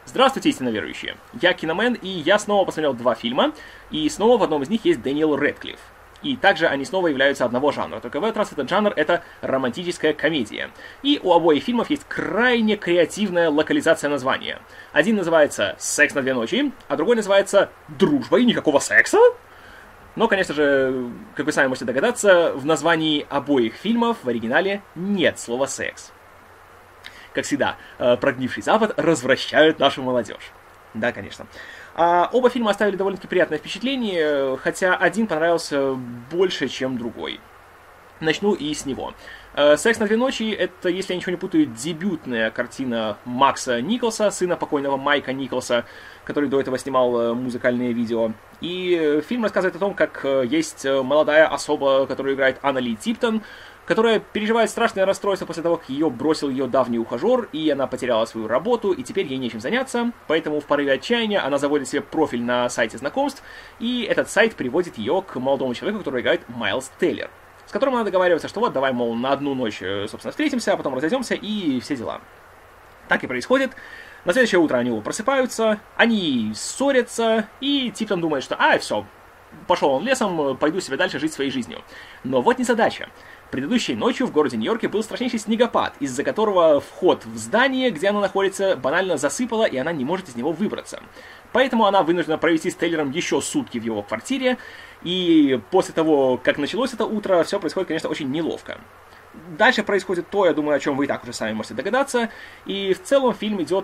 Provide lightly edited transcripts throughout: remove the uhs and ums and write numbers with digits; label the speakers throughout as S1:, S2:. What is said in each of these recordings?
S1: Здравствуйте, истинно верующие. Я Киномен, и я снова посмотрел два фильма, и снова в одном из них есть Дэниел Рэдклифф. И также они снова являются одного жанра, только в этот раз этот жанр — это романтическая комедия. И у обоих фильмов есть крайне креативная локализация названия. Один называется «Секс на две ночи», а другой называется «Дружба и никакого секса». Но, конечно же, как вы сами можете догадаться, в названии обоих фильмов в оригинале нет слова «секс». Как всегда, прогнивший Запад развращает нашу молодежь. Да, конечно. Оба фильма оставили довольно-таки приятное впечатление, хотя один понравился больше, чем другой. Начну и с него. «Секс на две ночи» — это, если я ничего не путаю, дебютная картина Макса Николса, сына покойного Майка Николса, который до этого снимал музыкальные видео. И фильм рассказывает о том, как есть молодая особа, которую играет Анна-Ли Типтон, которая переживает страшное расстройство после того, как ее бросил ее давний ухажер, и она потеряла свою работу, и теперь ей нечем заняться, поэтому в порыве отчаяния она заводит себе профиль на сайте знакомств, и этот сайт приводит ее к молодому человеку, который играет Майлз Теллер, с которым она договаривается, что вот давай, мол, на одну ночь, собственно, встретимся, а потом разойдемся, и все дела. Так и происходит. На следующее утро они оба просыпаются, они ссорятся, и Типтон думает, что все, пошел он лесом, пойду себе дальше жить своей жизнью. Но вот незадача. Предыдущей ночью в городе Нью-Йорке был страшнейший снегопад, из-за которого вход в здание, где она находится, банально засыпало, и она не может из него выбраться. Поэтому она вынуждена провести с Тейлером еще сутки в его квартире, и после того, как началось это утро, все происходит, конечно, очень неловко. Дальше происходит то, я думаю, о чем вы и так уже сами можете догадаться, и в целом фильм идет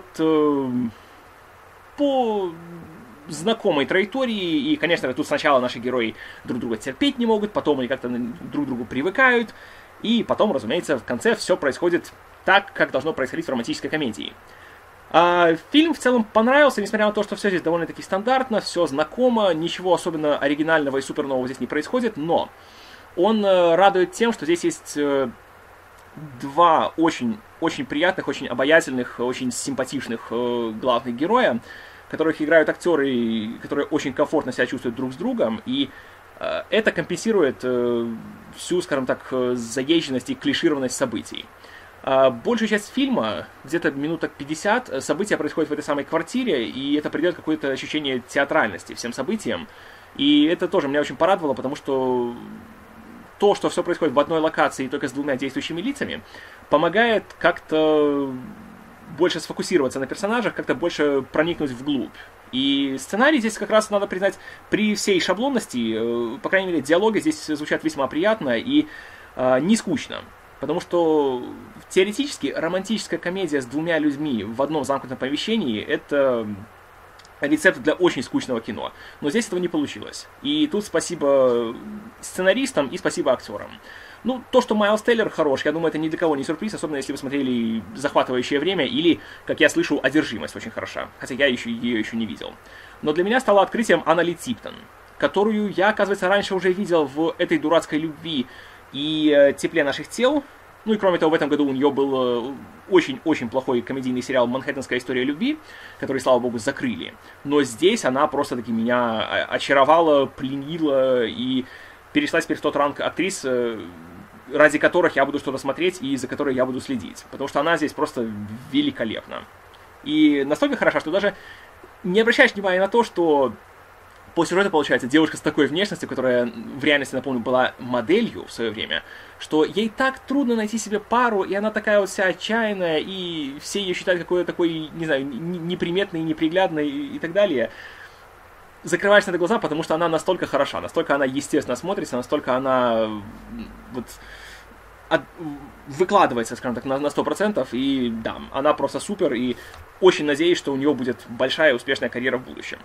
S1: по знакомой траектории, и, конечно же, тут сначала наши герои друг друга терпеть не могут, потом они как-то друг к другу привыкают, и потом, разумеется, в конце все происходит так, как должно происходить в романтической комедии. Фильм в целом понравился, несмотря на то, что все здесь довольно-таки стандартно, все знакомо, ничего особенно оригинального и супернового здесь не происходит, но он радует тем, что здесь есть два очень приятных, очень обаятельных, очень симпатичных главных героя, которых играют актеры, которые очень комфортно себя чувствуют друг с другом, и это компенсирует всю, скажем так, заезженность и клишированность событий. Большую часть фильма, где-то минуток 50, события происходят в этой самой квартире, и это придает какое-то ощущение театральности всем событиям, и это тоже меня очень порадовало, потому что то, что все происходит в одной локации только с двумя действующими лицами, помогает как-то больше сфокусироваться на персонажах, как-то больше проникнуть вглубь. И сценарий здесь как раз, надо признать, при всей шаблонности, по крайней мере, диалоги здесь звучат весьма приятно и не скучно. Потому что теоретически романтическая комедия с двумя людьми в одном замкнутом помещении — это рецепт для очень скучного кино. Но здесь этого не получилось. И тут спасибо сценаристам и спасибо актерам. Ну, то, что Майлз Теллер хорош, я думаю, это ни для кого не сюрприз, особенно если вы смотрели «Захватывающее время» или, как я слышу, «Одержимость» очень хороша, хотя я ее еще не видел. Но для меня стало открытием Анна-Ли Типтон, которую я, оказывается, раньше уже видел в «Этой дурацкой любви» и «Тепле наших тел». Ну и кроме того, в этом году у нее был очень-очень плохой комедийный сериал «Манхэттенская история любви», который, слава богу, закрыли. Но здесь она просто-таки меня очаровала, пленила и перешла теперь в тот ранг актрис, ради которых я буду что-то смотреть и за которой я буду следить. Потому что она здесь просто великолепна. И настолько хороша, что даже не обращаешь внимания на то, что по сюжету получается девушка с такой внешностью, которая в реальности, напомню, была моделью в свое время, что ей так трудно найти себе пару, и она такая вот вся отчаянная, и все ее считают какой-то такой, не знаю, неприметной, неприглядной и так далее. Закрываешь на это глаза, потому что она настолько хороша, настолько она естественно смотрится, настолько она вот выкладывается, скажем так, на 100%, и да, она просто супер, и очень надеюсь, что у нее будет большая и успешная карьера в будущем.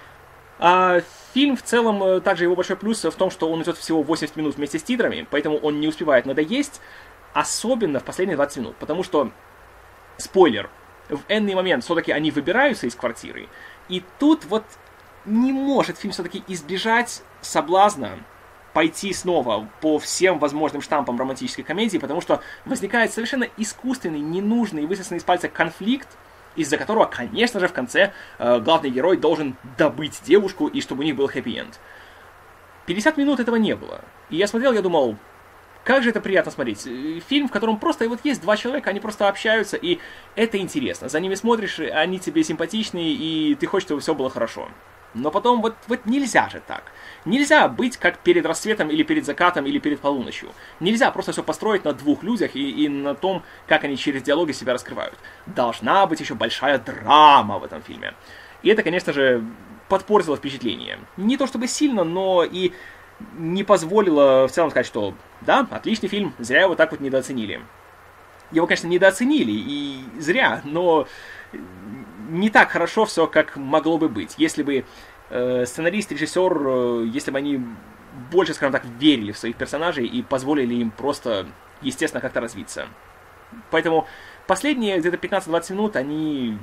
S1: Фильм в целом, также его большой плюс в том, что он идет всего 80 минут вместе с титрами, поэтому он не успевает надоесть, особенно в последние 20 минут, потому что, спойлер, в энный момент все-таки они выбираются из квартиры, и тут вот не может фильм все-таки избежать соблазна пойти снова по всем возможным штампам романтической комедии, потому что возникает совершенно искусственный, ненужный, высосанный из пальца конфликт, из-за которого, конечно же, в конце главный герой должен добыть девушку, и чтобы у них был хэппи-энд. 50 минут этого не было. И я смотрел, я думал, как же это приятно смотреть. Фильм, в котором просто вот есть два человека, они просто общаются, и это интересно. За ними смотришь, они тебе симпатичны, и ты хочешь, чтобы все было хорошо. Но потом вот нельзя же так. Нельзя быть как перед рассветом, или перед закатом, или перед полуночью. Нельзя просто все построить на двух людях и на том, как они через диалоги себя раскрывают. Должна быть еще большая драма в этом фильме. И это, конечно же, подпортило впечатление. Не то чтобы сильно, но и не позволило в целом сказать, что да, отличный фильм, зря его так вот недооценили. Его, конечно, недооценили, и зря, но не так хорошо все, как могло бы быть. Если бы сценарист, режиссер, если бы они больше, скажем так, верили в своих персонажей и позволили им просто, естественно, как-то развиться. Поэтому последние где-то 15-20 минут, они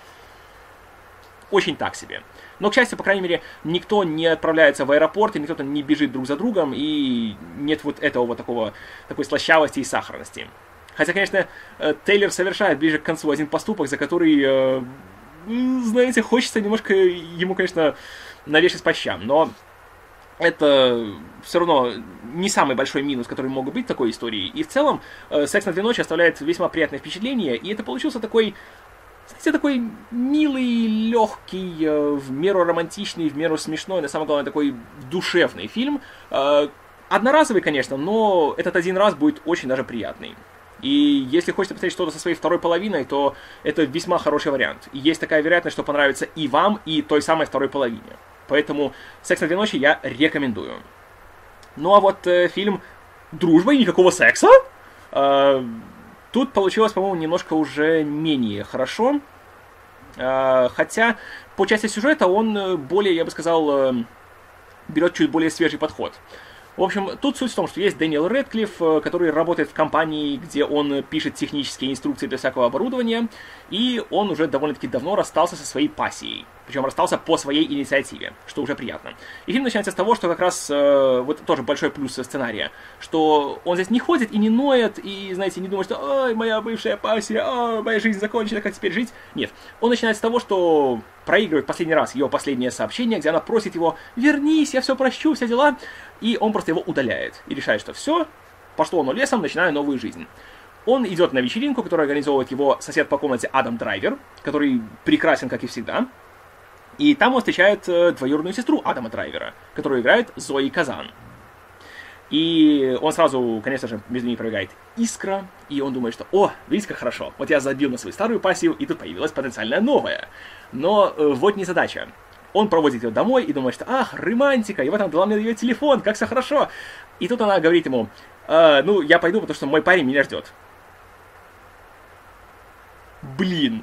S1: очень так себе. Но, к счастью, по крайней мере, никто не отправляется в аэропорт, и никто не бежит друг за другом, и нет вот этого вот такой слащавости и сахарности. Хотя, конечно, Тейлор совершает ближе к концу один поступок, за который, знаете, хочется немножко ему, конечно, навешать по щам. Но это все равно не самый большой минус, который мог быть в такой истории. И в целом, «Секс на две ночи» оставляет весьма приятное впечатление, и это получился такой, знаете, такой милый, легкий, в меру романтичный, в меру смешной, но самое главное, такой душевный фильм. Одноразовый, конечно, но этот один раз будет очень даже приятный. И если хочется посмотреть что-то со своей второй половиной, то это весьма хороший вариант. И есть такая вероятность, что понравится и вам, и той самой второй половине. Поэтому «Секс на две ночи» я рекомендую. Ну а вот фильм «Дружба и никакого секса» тут получилось, по-моему, немножко уже менее хорошо. Хотя по части сюжета он более, я бы сказал, берет чуть более свежий подход. В общем, тут суть в том, что есть Дэниел Рэдклифф, который работает в компании, где он пишет технические инструкции для всякого оборудования, и он уже довольно-таки давно расстался со своей пассией. Причем расстался по своей инициативе, что уже приятно. И фильм начинается с того, что как раз, вот тоже большой плюс сценария, что он здесь не ходит и не ноет, и, знаете, не думает, что «Ой, моя бывшая пассия, ой, моя жизнь закончена, как теперь жить?» Нет, он начинает с того, что проигрывает последний раз ее последнее сообщение, где она просит его «Вернись, я все прощу, все дела», и он просто его удаляет и решает, что все, пошло оно лесом, начинаю новую жизнь. Он идет на вечеринку, которую организовывает его сосед по комнате Адам Драйвер, который прекрасен, как и всегда. И там он встречает двоюродную сестру Адама Драйвера, которую играет Зои Казан. И он сразу, конечно же, между ними пробегает искра, и он думает, что «О, видите, как хорошо, вот я забил на свою старую пассию, и тут появилась потенциальная новая». Но вот не задача. Он проводит ее домой и думает, что «Ах, романтика, и вот она дала мне ее телефон, как все хорошо». И тут она говорит ему «Ну, я пойду, потому что мой парень меня ждет». Блин.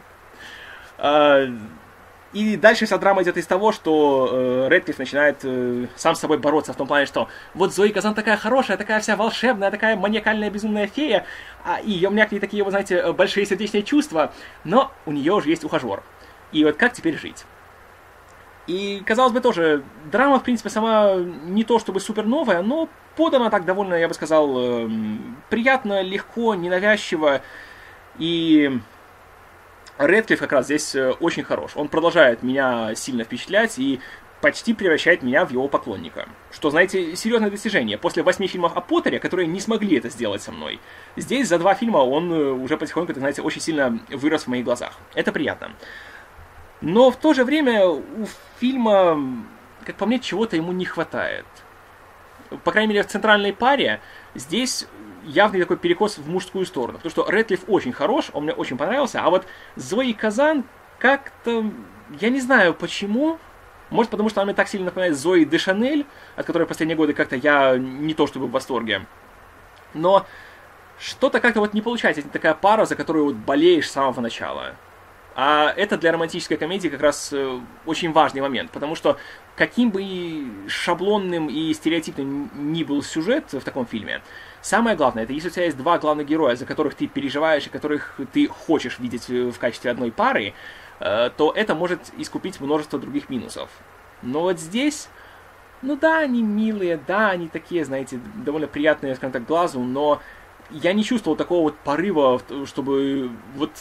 S1: И дальше вся драма идет из того, что Рэдклифф начинает сам с собой бороться в том плане, что вот Зои Казан такая хорошая, такая вся волшебная, такая маниакальная безумная фея, и у меня к ней такие, вы знаете, большие сердечные чувства, но у нее уже есть ухажер. И вот как теперь жить? И, казалось бы, тоже, драма, в принципе, сама не то чтобы супер новая, но подана так довольно, я бы сказал, приятно, легко, ненавязчиво. И Рэдклифф как раз здесь очень хорош. Он продолжает меня сильно впечатлять и почти превращает меня в его поклонника. Что, знаете, серьезное достижение. После 8 фильмов о Поттере, которые не смогли это сделать со мной, здесь за 2 фильма он уже потихоньку, так знаете, очень сильно вырос в моих глазах. Это приятно. Но в то же время у фильма, как по мне, чего-то ему не хватает. По крайней мере, в центральной паре здесь явный такой перекос в мужскую сторону. Потому что Рэдклифф очень хорош, он мне очень понравился, а вот Зои Казан как-то... Я не знаю почему. Может, потому что она мне так сильно напоминает Зои де Шанель, от которой в последние годы как-то я не то чтобы в восторге. Но что-то как-то вот не получается. Это такая пара, за которую вот болеешь с самого начала. А это для романтической комедии как раз очень важный момент, потому что каким бы шаблонным и стереотипным ни был сюжет в таком фильме, самое главное, это если у тебя есть 2 главных героя, за которых ты переживаешь и которых ты хочешь видеть в качестве одной пары, то это может искупить множество других минусов. Но вот здесь, ну да, они милые, да, они такие, знаете, довольно приятные, скажем так, глазу, но я не чувствовал такого вот порыва, чтобы вот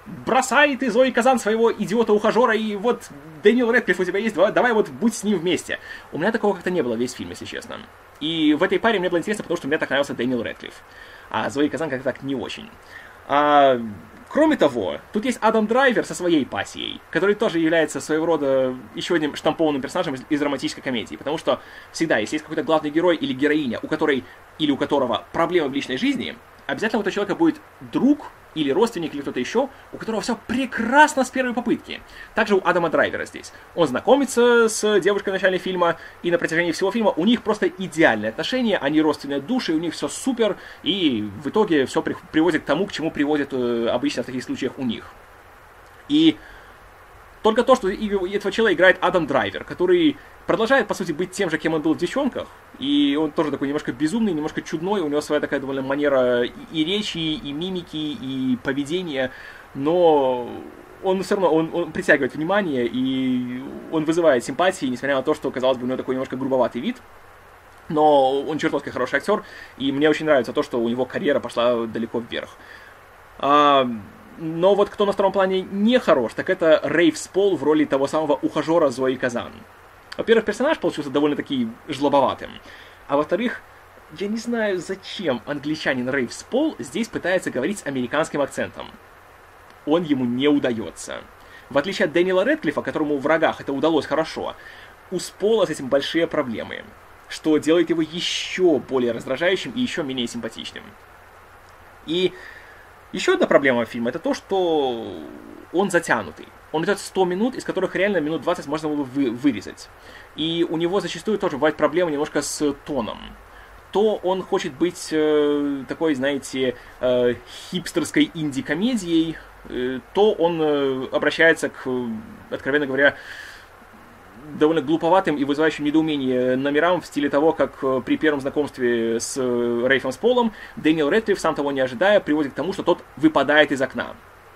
S1: бросай ты, Зои Казан, своего идиота-ухажера, и вот Дэниел Рэдклифф у тебя есть, давай вот будь с ним вместе. У меня такого как-то не было весь фильм, если честно. И в этой паре мне было интересно, потому что мне так нравился Дэниел Рэдклифф. А Зои Казан как-то так не очень. Кроме того, тут есть Адам Драйвер со своей пассией, который тоже является своего рода еще одним штампованным персонажем из романтической комедии. Потому что всегда, если есть какой-то главный герой или героиня, у которой или у которого проблемы в личной жизни, обязательно у этого человека будет друг или родственник, или кто-то еще, у которого все прекрасно с первой попытки. Также у Адама Драйвера здесь. Он знакомится с девушкой в начале фильма, и на протяжении всего фильма у них просто идеальные отношения, они родственные души, у них все супер, и в итоге все приводит к тому, к чему приводит обычно в таких случаях у них. И только то, что этого человека играет Адам Драйвер, который продолжает, по сути, быть тем же, кем он был в «Девчонках», и он тоже такой немножко безумный, немножко чудной, у него своя такая довольно манера и речи, и мимики, и поведения, но он все равно, он притягивает внимание, и он вызывает симпатии, несмотря на то, что, казалось бы, у него такой немножко грубоватый вид, но он чертовски хороший актер, и мне очень нравится то, что у него карьера пошла далеко вверх. Но вот кто на втором плане не хорош, так это Рейв Спол в роли того самого ухажера Зои Казан. Во-первых, персонаж получился довольно-таки жлобоватым. А во-вторых, я не знаю, зачем англичанин Рейв Спол здесь пытается говорить с американским акцентом. Он ему не удается. В отличие от Дэниела Рэдклиффа, которому в «Врагах» это удалось хорошо, у Спола с этим большие проблемы, что делает его еще более раздражающим и еще менее симпатичным. И еще одна проблема фильма — это то, что он затянутый. Он идет 100 минут, из которых реально минут 20 можно было вырезать. И у него зачастую тоже бывают проблемы немножко с тоном. То он хочет быть такой, знаете, хипстерской инди-комедией, то он обращается к, откровенно говоря, довольно глуповатым и вызывающим недоумение номерам в стиле того, как при первом знакомстве с Рейфом Сполом Дэниел Рэдклифф, сам того не ожидая, приводит к тому, что тот выпадает из окна.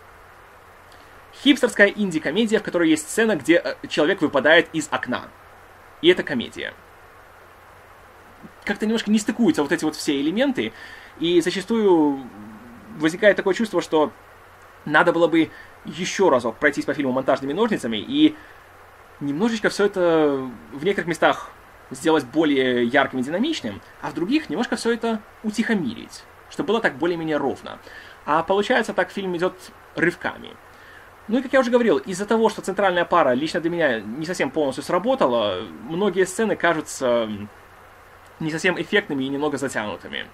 S1: Хипстерская инди-комедия, в которой есть сцена, где человек выпадает из окна. И это комедия. Как-то немножко не стыкуются вот эти вот все элементы, и зачастую возникает такое чувство, что надо было бы еще разок пройтись по фильму монтажными ножницами и немножечко все это в некоторых местах сделать более ярким и динамичным, а в других немножко все это утихомирить, чтобы было так более-менее ровно. А получается, так фильм идет рывками. Ну и, как я уже говорил, из-за того, что центральная пара лично для меня не совсем полностью сработала, многие сцены кажутся не совсем эффектными и немного затянутыми.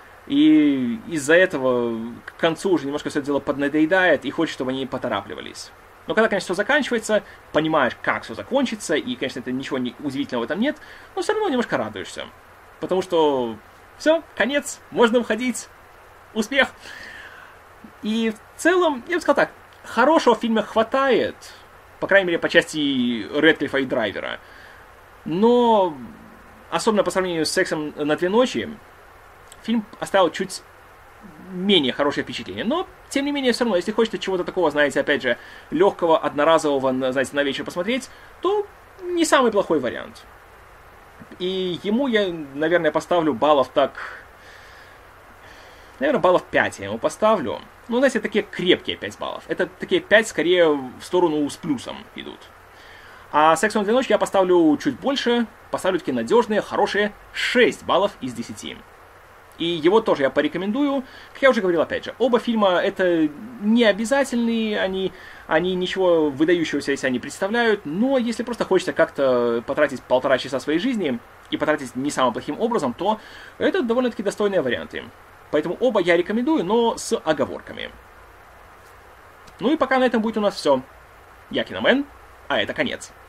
S1: И из-за этого к концу уже немножко все это дело поднадоедает, и хочет, чтобы они поторапливались. Но когда, конечно, все заканчивается, понимаешь, как все закончится, и, конечно, это ничего удивительного в этом нет, но все равно немножко радуешься. Потому что все, конец, можно выходить, успех. И в целом, я бы сказал так, хорошего в фильме хватает, по крайней мере, по части Рэдклиффа и Драйвера. Но, особенно по сравнению с «Сексом на две ночи», фильм оставил чуть менее хорошее впечатление. Но, тем не менее, все равно, если хочется чего-то такого, знаете, опять же, легкого, одноразового, знаете, на вечер посмотреть, то не самый плохой вариант. И ему я, наверное, поставлю баллов так... Наверное, баллов 5 я ему поставлю. Ну, знаете, такие крепкие 5 баллов. Это такие 5 скорее в сторону с плюсом идут. А «Сексу на две ночи» я поставлю чуть больше. Поставлю такие надежные, хорошие 6 баллов из 10. И его тоже я порекомендую. Как я уже говорил, опять же, оба фильма это не обязательные, они ничего выдающегося из себя не представляют, но если просто хочется как-то потратить 1,5 часа своей жизни и потратить не самым плохим образом, то это довольно-таки достойные варианты. Поэтому оба я рекомендую, но с оговорками. Ну и пока на этом будет у нас все. Я Киномен, а это конец.